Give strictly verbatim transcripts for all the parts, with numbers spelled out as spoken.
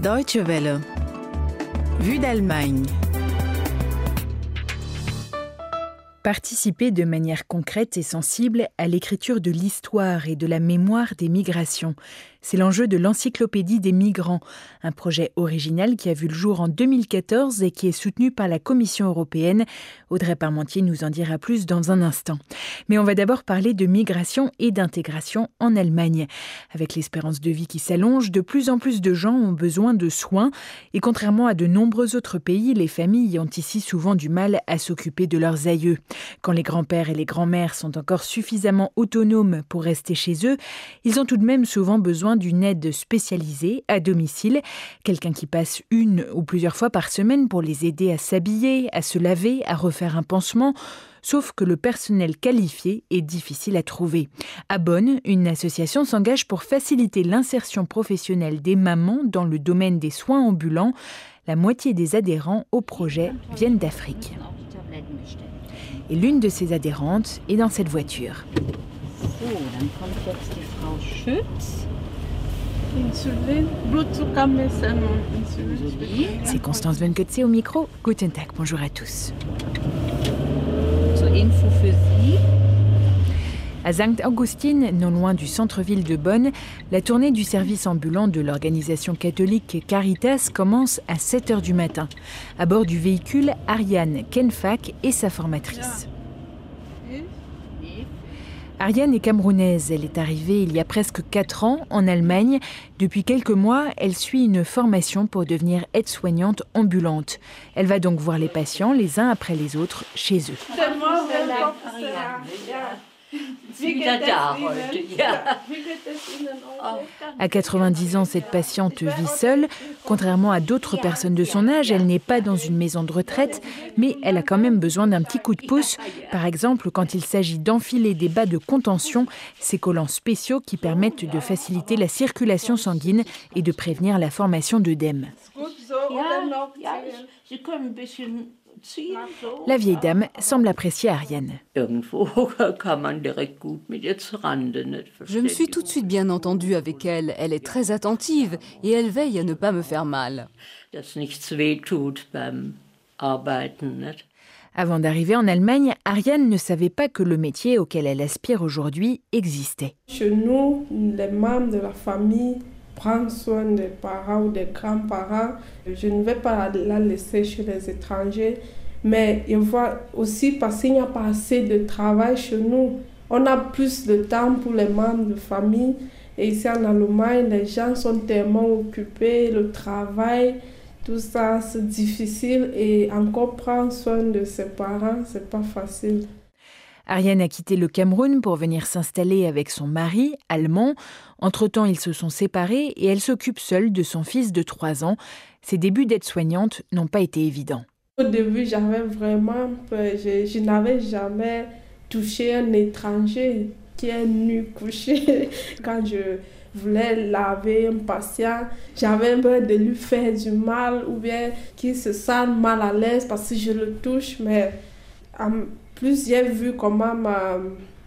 Deutsche Welle. Vue d'Allemagne. Participer de manière concrète et sensible à l'écriture de l'histoire et de la mémoire des migrations. C'est l'enjeu de l'Encyclopédie des migrants, un projet original qui a vu le jour en deux mille quatorze et qui est soutenu par la Commission européenne. Audrey Parmentier nous en dira plus dans un instant. Mais on va d'abord parler de migration et d'intégration en Allemagne. Avec l'espérance de vie qui s'allonge, de plus en plus de gens ont besoin de soins. Et contrairement à de nombreux autres pays, les familles ont ici souvent du mal à s'occuper de leurs aïeux. Quand les grands-pères et les grands-mères sont encore suffisamment autonomes pour rester chez eux, ils ont tout de même souvent besoin d'une aide spécialisée à domicile, quelqu'un qui passe une ou plusieurs fois par semaine pour les aider à s'habiller, à se laver, à refaire un pansement. Sauf que le personnel qualifié est difficile à trouver. À Bonn, une association s'engage pour faciliter l'insertion professionnelle des mamans dans le domaine des soins ambulants. La moitié des adhérents au projet viennent d'Afrique. Et l'une de ces adhérentes est dans cette voiture. So, dann kommt jetzt die Frau Schütz. C'est Constance Venketse au micro. Guten Tag, bonjour à tous. Zur Info für Sie. À Sankt Augustin, non loin du centre-ville de Bonn, la tournée du service ambulant de l'organisation catholique Caritas commence à sept heures du matin. À bord du véhicule, Ariane Kenfak et sa formatrice. Ariane est camerounaise. Elle est arrivée il y a presque quatre ans en Allemagne. Depuis quelques mois, elle suit une formation pour devenir aide-soignante ambulante. Elle va donc voir les patients les uns après les autres chez eux. À quatre-vingt-dix ans, cette patiente vit seule. Contrairement à d'autres personnes de son âge, elle n'est pas dans une maison de retraite, mais elle a quand même besoin d'un petit coup de pouce. Par exemple, quand il s'agit d'enfiler des bas de contention, ces collants spéciaux qui permettent de faciliter la circulation sanguine et de prévenir la formation d'œdème. La vieille dame semble apprécier Ariane. Je me suis tout de suite bien entendue avec elle. Elle est très attentive et elle veille à ne pas me faire mal. Avant d'arriver en Allemagne, Ariane ne savait pas que le métier auquel elle aspire aujourd'hui existait. Chez nous, les membres de la famille prendre soin des parents ou des grands-parents. Je ne vais pas la laisser chez les étrangers, mais je vois aussi parce qu'il n'y a pas assez de travail chez nous. On a plus de temps pour les membres de famille. Et ici en Allemagne, les gens sont tellement occupés, le travail, tout ça, c'est difficile. Et encore prendre soin de ses parents, c'est pas facile. Ariane a quitté le Cameroun pour venir s'installer avec son mari, allemand. Entre-temps, ils se sont séparés et elle s'occupe seule de son fils de trois ans. Ses débuts d'aide-soignante n'ont pas été évidents. Au début, j'avais vraiment peur. Je, je n'avais jamais touché un étranger qui est nu couché. Quand je voulais laver un patient, j'avais peur de lui faire du mal ou bien qu'il se sente mal à l'aise parce que je le touche. Mais um, plus j'ai vu comment ma,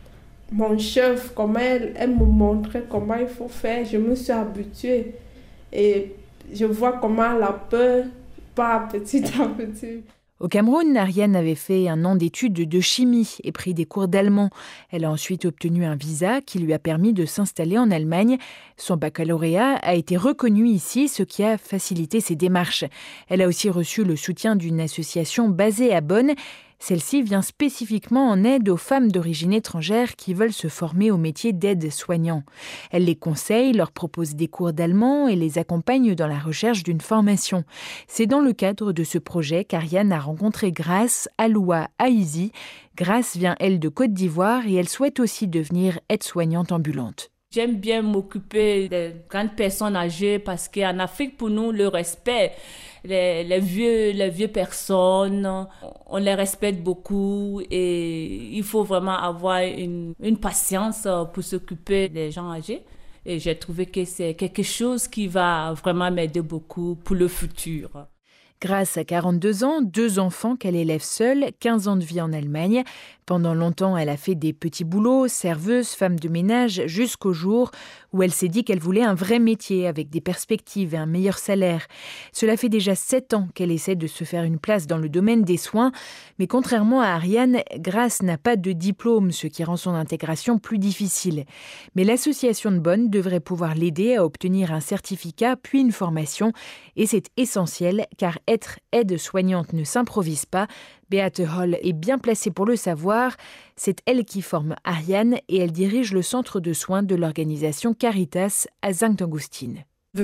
mon chef, comment elle, elle me montrait comment il faut faire, je me suis habituée. Et je vois comment la peur part petit à petit. Au Cameroun, Ariane avait fait un an d'études de chimie et pris des cours d'allemand. Elle a ensuite obtenu un visa qui lui a permis de s'installer en Allemagne. Son baccalauréat a été reconnu ici, ce qui a facilité ses démarches. Elle a aussi reçu le soutien d'une association basée à Bonn. Celle-ci vient spécifiquement en aide aux femmes d'origine étrangère qui veulent se former au métier d'aide-soignant. Elle les conseille, leur propose des cours d'allemand et les accompagne dans la recherche d'une formation. C'est dans le cadre de ce projet qu'Ariane a rencontré Grace Aloua Aizi. Grace vient, elle, de Côte d'Ivoire et elle souhaite aussi devenir aide-soignante ambulante. J'aime bien m'occuper des grandes personnes âgées parce qu'en Afrique, pour nous, le respect, les, les, vieux, les vieux personnes, on les respecte beaucoup et il faut vraiment avoir une, une patience pour s'occuper des gens âgés. Et j'ai trouvé que c'est quelque chose qui va vraiment m'aider beaucoup pour le futur. Grace a quarante-deux ans, deux enfants qu'elle élève seule, quinze ans de vie en Allemagne. Pendant longtemps, elle a fait des petits boulots, serveuse, femme de ménage, jusqu'au jour où elle s'est dit qu'elle voulait un vrai métier avec des perspectives et un meilleur salaire. Cela fait déjà sept ans qu'elle essaie de se faire une place dans le domaine des soins, mais contrairement à Ariane, Grace n'a pas de diplôme, ce qui rend son intégration plus difficile. Mais l'association de Bonn devrait pouvoir l'aider à obtenir un certificat puis une formation, et c'est essentiel car être aide-soignante ne s'improvise pas. Beate Holl est bien placée pour le savoir. C'est elle qui forme Ariane et elle dirige le centre de soins de l'organisation Caritas à Sankt Augustin. Nous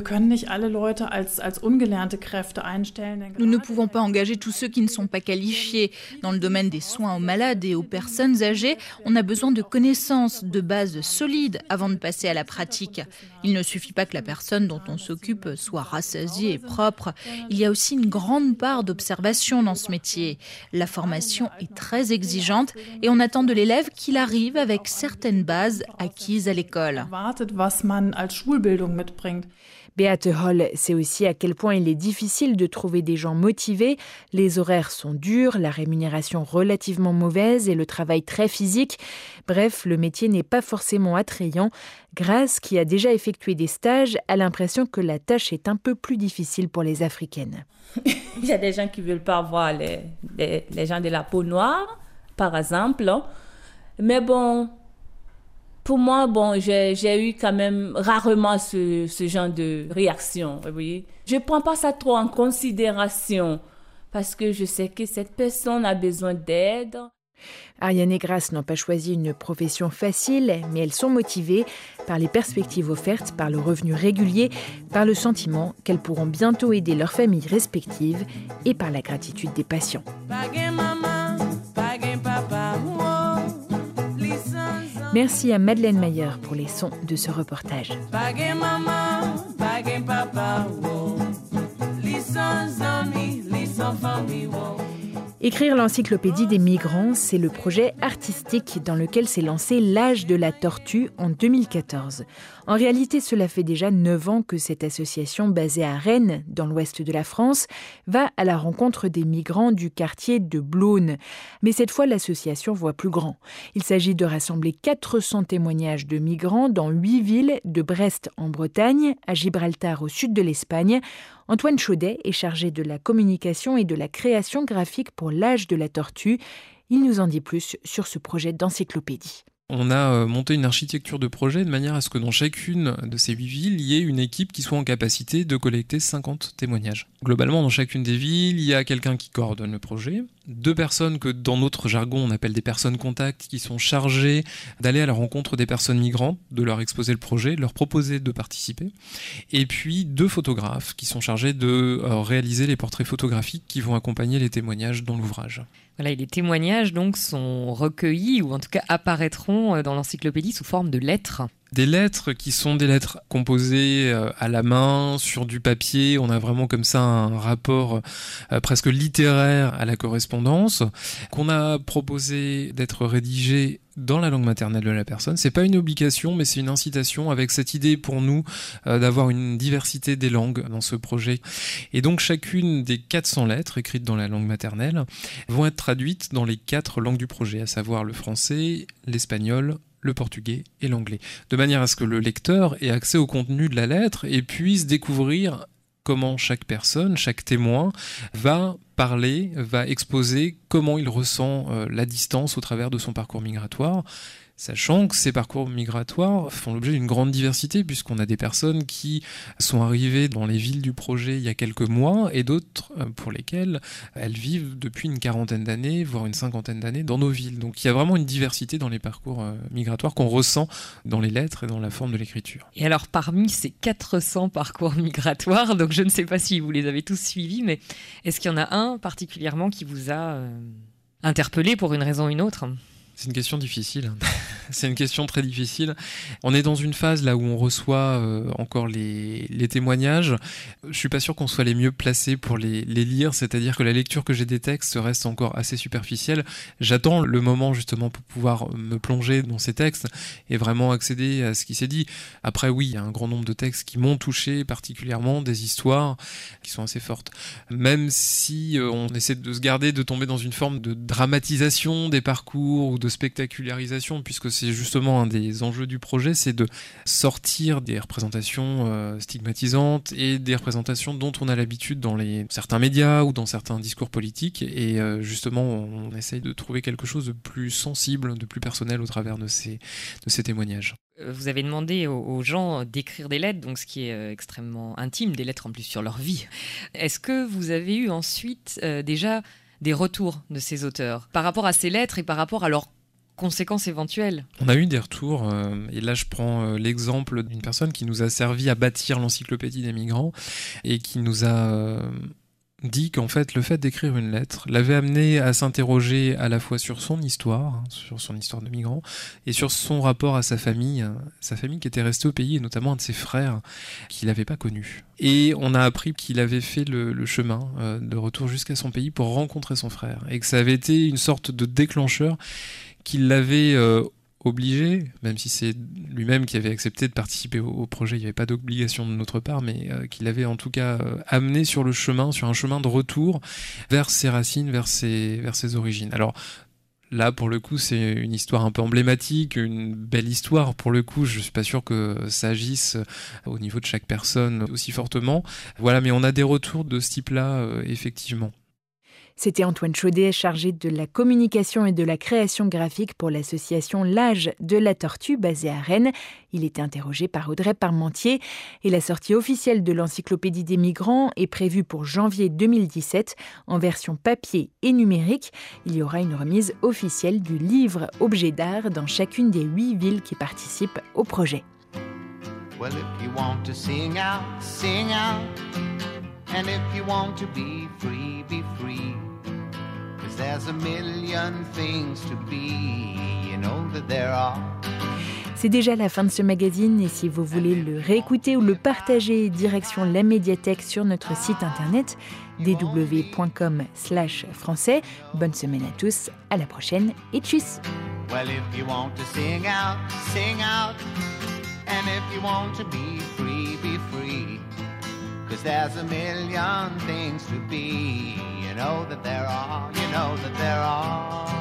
ne pouvons pas engager tous ceux qui ne sont pas qualifiés. Dans le domaine des soins aux malades et aux personnes âgées, on a besoin de connaissances, de bases solides avant de passer à la pratique. Il ne suffit pas que la personne dont on s'occupe soit rassasiée et propre. Il y a aussi une grande part d'observation dans ce métier. La formation est très exigeante et on attend de l'élève qu'il arrive avec certaines bases acquises à l'école. Beate Holl sait aussi à quel point il est difficile de trouver des gens motivés. Les horaires sont durs, la rémunération relativement mauvaise et le travail très physique. Bref, le métier n'est pas forcément attrayant. Grace, qui a déjà effectué des stages, a l'impression que la tâche est un peu plus difficile pour les Africaines. Il y a des gens qui ne veulent pas voir les, les, les gens de la peau noire, par exemple. Mais bon... Pour moi, bon, j'ai, j'ai eu quand même rarement ce, ce genre de réaction, vous voyez. Je ne prends pas ça trop en considération parce que je sais que cette personne a besoin d'aide. Ariane et Grace n'ont pas choisi une profession facile, mais elles sont motivées par les perspectives offertes, par le revenu régulier, par le sentiment qu'elles pourront bientôt aider leurs familles respectives et par la gratitude des patients. Merci à Madeleine Mayer pour les sons de ce reportage. Écrire l'encyclopédie des migrants, c'est le projet artistique dans lequel s'est lancé l'Âge de la Tortue en deux mille quatorze. En réalité, cela fait déjà neuf ans que cette association basée à Rennes, dans l'ouest de la France, va à la rencontre des migrants du quartier de Blône. Mais cette fois, l'association voit plus grand. Il s'agit de rassembler quatre cents témoignages de migrants dans huit villes, de Brest en Bretagne à Gibraltar au sud de l'Espagne. Antoine Chaudet est chargé de la communication et de la création graphique pour l'Âge de la Tortue. Il nous en dit plus sur ce projet d'encyclopédie. On a monté une architecture de projet de manière à ce que dans chacune de ces huit villes, il y ait une équipe qui soit en capacité de collecter cinquante témoignages. Globalement, dans chacune des villes, il y a quelqu'un qui coordonne le projet, deux personnes que dans notre jargon on appelle des personnes contacts qui sont chargées d'aller à la rencontre des personnes migrantes, de leur exposer le projet, de leur proposer de participer, et puis deux photographes qui sont chargés de réaliser les portraits photographiques qui vont accompagner les témoignages dans l'ouvrage. Voilà, et les témoignages donc sont recueillis ou en tout cas apparaîtront dans l'encyclopédie sous forme de lettres. Des lettres qui sont des lettres composées à la main, sur du papier. On a vraiment comme ça un rapport presque littéraire à la correspondance, qu'on a proposé d'être rédigé dans la langue maternelle de la personne. C'est pas une obligation, mais c'est une incitation avec cette idée pour nous euh, d'avoir une diversité des langues dans ce projet. Et donc chacune des quatre cents lettres écrites dans la langue maternelle vont être traduites dans les quatre langues du projet, à savoir le français, l'espagnol, le portugais et l'anglais, de manière à ce que le lecteur ait accès au contenu de la lettre et puisse découvrir comment chaque personne, chaque témoin va parler, va exposer comment il ressent euh, la distance au travers de son parcours migratoire, sachant que ces parcours migratoires font l'objet d'une grande diversité puisqu'on a des personnes qui sont arrivées dans les villes du projet il y a quelques mois et d'autres pour lesquelles elles vivent depuis une quarantaine d'années, voire une cinquantaine d'années dans nos villes. Donc il y a vraiment une diversité dans les parcours migratoires qu'on ressent dans les lettres et dans la forme de l'écriture. Et alors parmi ces quatre cents parcours migratoires, donc je ne sais pas si vous les avez tous suivis, mais est-ce qu'il y en a un particulièrement qui vous a euh, interpellé pour une raison ou une autre ? C'est une question difficile. C'est une question très difficile. On est dans une phase là où on reçoit euh, encore les, les témoignages. Je suis pas sûr qu'on soit les mieux placés pour les, les lire, c'est-à-dire que la lecture que j'ai des textes reste encore assez superficielle. J'attends le moment justement pour pouvoir me plonger dans ces textes et vraiment accéder à ce qui s'est dit. Après oui, il y a un grand nombre de textes qui m'ont touché particulièrement, des histoires qui sont assez fortes. Même si euh, on essaie de se garder de tomber dans une forme de dramatisation des parcours ou de spectacularisation, puisque c'est justement un des enjeux du projet, c'est de sortir des représentations euh, stigmatisantes et des représentations dont on a l'habitude dans les, certains médias ou dans certains discours politiques, et euh, justement on, on essaye de trouver quelque chose de plus sensible, de plus personnel au travers de ces, de ces témoignages. Vous avez demandé aux, aux gens d'écrire des lettres, donc ce qui est euh, extrêmement intime, des lettres en plus sur leur vie. Est-ce que vous avez eu ensuite euh, déjà des retours de ces auteurs par rapport à ces lettres et par rapport à leurs conséquences éventuelles? On a eu des retours, euh, et là je prends euh, l'exemple d'une personne qui nous a servi à bâtir l'encyclopédie des migrants et qui nous a euh, dit qu'en fait le fait d'écrire une lettre l'avait amené à s'interroger à la fois sur son histoire, hein, sur son histoire de migrant, et sur son rapport à sa famille, hein, sa famille qui était restée au pays, et notamment un de ses frères qu'il n'avait pas connu. Et on a appris qu'il avait fait le, le chemin euh, de retour jusqu'à son pays pour rencontrer son frère, et que ça avait été une sorte de déclencheur qui l'avait euh, obligé, même si c'est lui-même qui avait accepté de participer au, au projet, il n'y avait pas d'obligation de notre part, mais euh, qui l'avait en tout cas euh, amené sur le chemin, sur un chemin de retour vers ses racines, vers ses, vers ses origines. Alors là, pour le coup, c'est une histoire un peu emblématique, une belle histoire. Pour le coup, je suis pas sûr que ça agisse au niveau de chaque personne aussi fortement. Voilà, mais on a des retours de ce type-là, euh, effectivement. C'était Antoine Chaudet, chargé de la communication et de la création graphique pour l'association L'Âge de la Tortue, basée à Rennes. Il était interrogé par Audrey Parmentier. Et la sortie officielle de l'Encyclopédie des migrants est prévue pour janvier deux mille dix-sept, en version papier et numérique. Il y aura une remise officielle du livre objet d'art dans chacune des huit villes qui participent au projet. Well, if you want to sing out, sing out. And if you want to be free, be free. 'Cause there's a million things to be, you know that there are. C'est déjà la fin de ce magazine, et si vous voulez le réécouter ou le partager, direction la médiathèque sur notre site internet d w point com slash français. Bonne semaine à tous, à la prochaine et tchuss. Well, if you want to sing out, sing out. And if you want to be free, be free. 'Cause there's a million things to be, you know that there are, you know that there are.